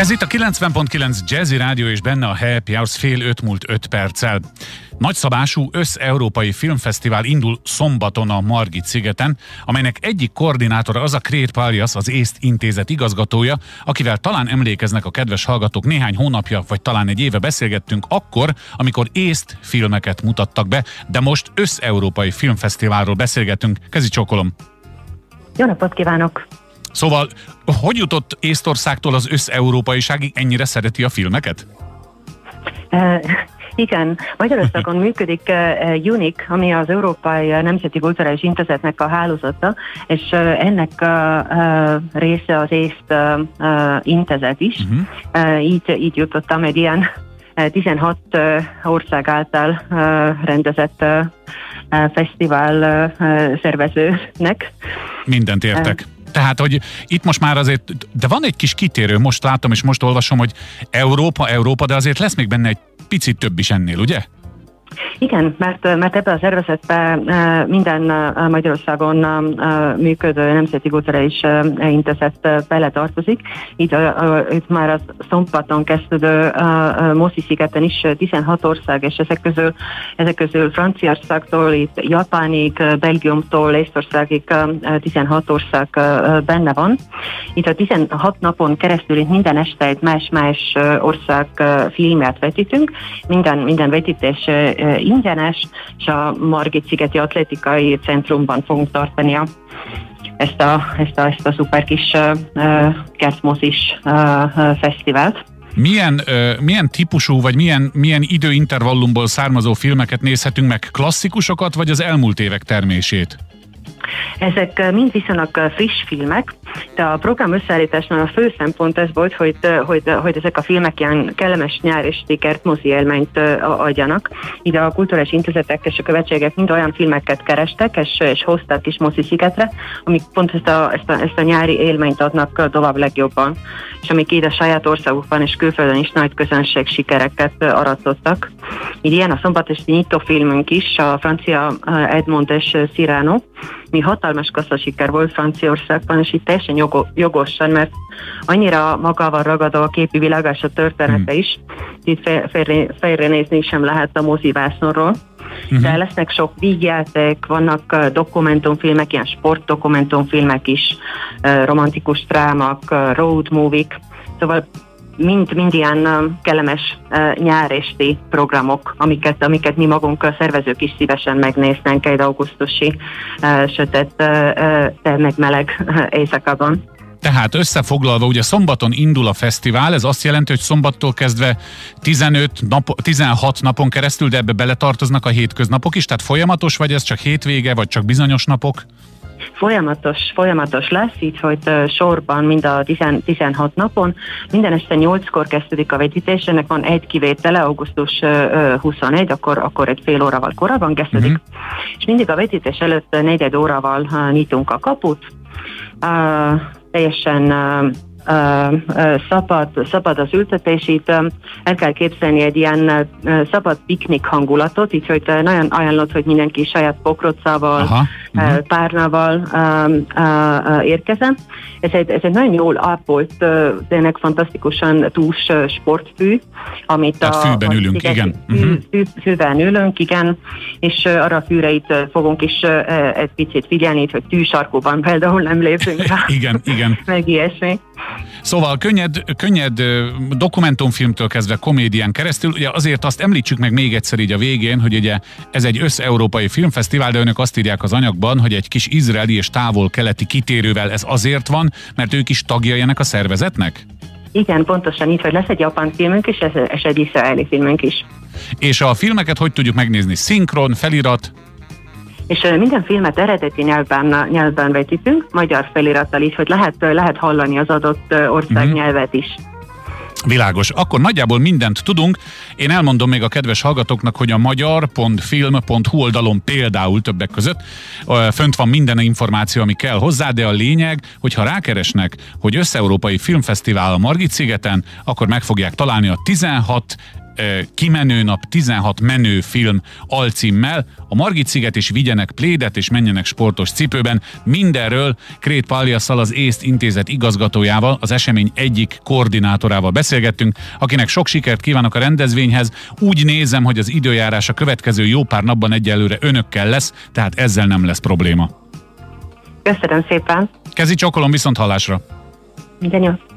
Ez itt a 90.9 Jazzy Rádió, és benne a Happy Hours 4:05 Nagyszabású összeurópai filmfesztivál indul szombaton a Margit-szigeten, amelynek egyik koordinátora az a Krét Paljas, az ÉSZT intézet igazgatója, akivel talán emlékeznek a kedves hallgatók, néhány hónapja, vagy talán egy éve beszélgettünk akkor, amikor ÉSZT filmeket mutattak be, de most összeurópai filmfesztiválról beszélgetünk. Kezi csókolom! Jó napot kívánok! Szóval, hogy jutott Észtországtól az összeurópaiságig, ennyire szereti a filmeket? Igen, Magyarországon működik UNIC, ami az Európai Nemzeti Kulturális Intézetnek a hálózata, és ennek része az ÉSZT intézet is. Így jutottam egy ilyen 16 ország által rendezett fesztivál szervezőnek. Mindent értek. Tehát, hogy itt most már azért, de van egy kis kitérő, most látom és most olvasom, hogy Európa, de azért lesz még benne egy picit több is ennél, ugye? Igen, mert ebbe a szervezetbe minden Magyarországon működő Nemzeti Kulturális Intézet beletartozik. Itt már a szombaton kezdődő Moszi-szigeten is 16 ország, és ezek közül Franciaországtól itt Japánig, Belgiumtól Észtországig 16 ország benne van. Itt a 16 napon keresztül itt minden este egy más ország filmet vetítünk. Minden vetítés ingyenes, és a Margit-szigeti Atlétikai Centrumban fogunk tartani ezt a szuper kis kertmozis fesztivált. Milyen típusú, vagy milyen időintervallumból származó filmeket nézhetünk meg? Klasszikusokat, vagy az elmúlt évek termését? Ezek mind viszonylag friss filmek, de a program összeállításnál a fő szempont ez volt, hogy ezek a filmek ilyen kellemes nyár és kertmozi élményt adjanak. Ide a kulturális intézetek és a követségek mind olyan filmeket kerestek, és hozták is Moszi-szigetre, amik pont ezt a nyári élményt adnak tovább legjobban, és amik ide a saját országukban és külföldön is nagy közönség sikereket aratottak. Így ilyen a szombatesti nyitófilmünk is, a francia Edmond és Cyrano, mi hatalmas kasszasiker volt Franciaországban, és itt teljesen jogosan, mert annyira magával ragadó a képi világa és a története is, itt félrenézni sem lehet a mozivászonról. De lesznek sok vígjáték, vannak dokumentumfilmek, ilyen sportdokumentumfilmek is, romantikus drámak, road movie-k, szóval mind ilyen kellemes nyáresti programok, amiket mi magunk szervezők is szívesen megnéznénk egy augusztusi sötét, meg meleg éjszakában. Tehát összefoglalva, ugye szombaton indul a fesztivál, ez azt jelenti, hogy szombattól kezdve 16 napon keresztül, de ebbe beletartoznak a hétköznapok is, tehát folyamatos, vagy ez csak hétvége, vagy csak bizonyos napok? Folyamatos lesz, így hogy sorban mind a 16 napon. Minden este 8-kor kezdődik a vetítés, ennek van egy kivétele, augusztus 21, akkor egy fél órával korábban kezdődik, és mindig a vetítés előtt 4 órával nyitunk a kaput. Teljesen szabad az ültetés, itt el kell képzelni egy ilyen szabad piknik hangulatot, így hogy nagyon ajánlott, hogy mindenki saját pokrócával, párnával érkezem. Ez egy nagyon jól ápolt, tényleg fantasztikusan túls sportfű, amit tehát fűben ülünk, igen. Fűben ülünk, igen, és arra a fűre itt fogunk is egy picit figyelni, hogy tűsarkóban például nem lépünk rá. Igen. Meg ilyesmi. Szóval könnyed dokumentumfilmtől kezdve komédián keresztül, ugye azért azt említsük meg még egyszer így a végén, hogy ugye ez egy összeurópai filmfesztivál, de önök azt írják az anyagban, hogy egy kis izraeli és távol-keleti kitérővel ez azért van, mert ők is tagjai ennek a szervezetnek? Igen, pontosan így, hogy lesz egy japán filmünk is, és egy izraeli filmünk is. És a filmeket hogy tudjuk megnézni? Szinkron, felirat? És minden filmet eredeti nyelvben vetítünk, magyar felirattal is, hogy lehet hallani az adott ország nyelvet is. Világos. Akkor nagyjából mindent tudunk. Én elmondom még a kedves hallgatóknak, hogy a magyar.film.hu oldalon például többek között fönt van minden információ, ami kell hozzá, de a lényeg, hogyha rákeresnek, hogy összeurópai filmfesztivál a Margit-szigeten, akkor meg fogják találni a 16 Kimenő nap 16 menő film alcímmel. A Margit-sziget is vigyenek plédet és menjenek sportos cipőben. Mindenről Krét Paljasszal, az ÉSZT intézet igazgatójával, az esemény egyik koordinátorával beszélgettünk, akinek sok sikert kívánok a rendezvényhez. Úgy nézem, hogy az időjárás a következő jó pár napban egyelőre önökkel lesz, tehát ezzel nem lesz probléma. Köszönöm szépen. Kezi csókolom, viszont hallásra. Minden jót.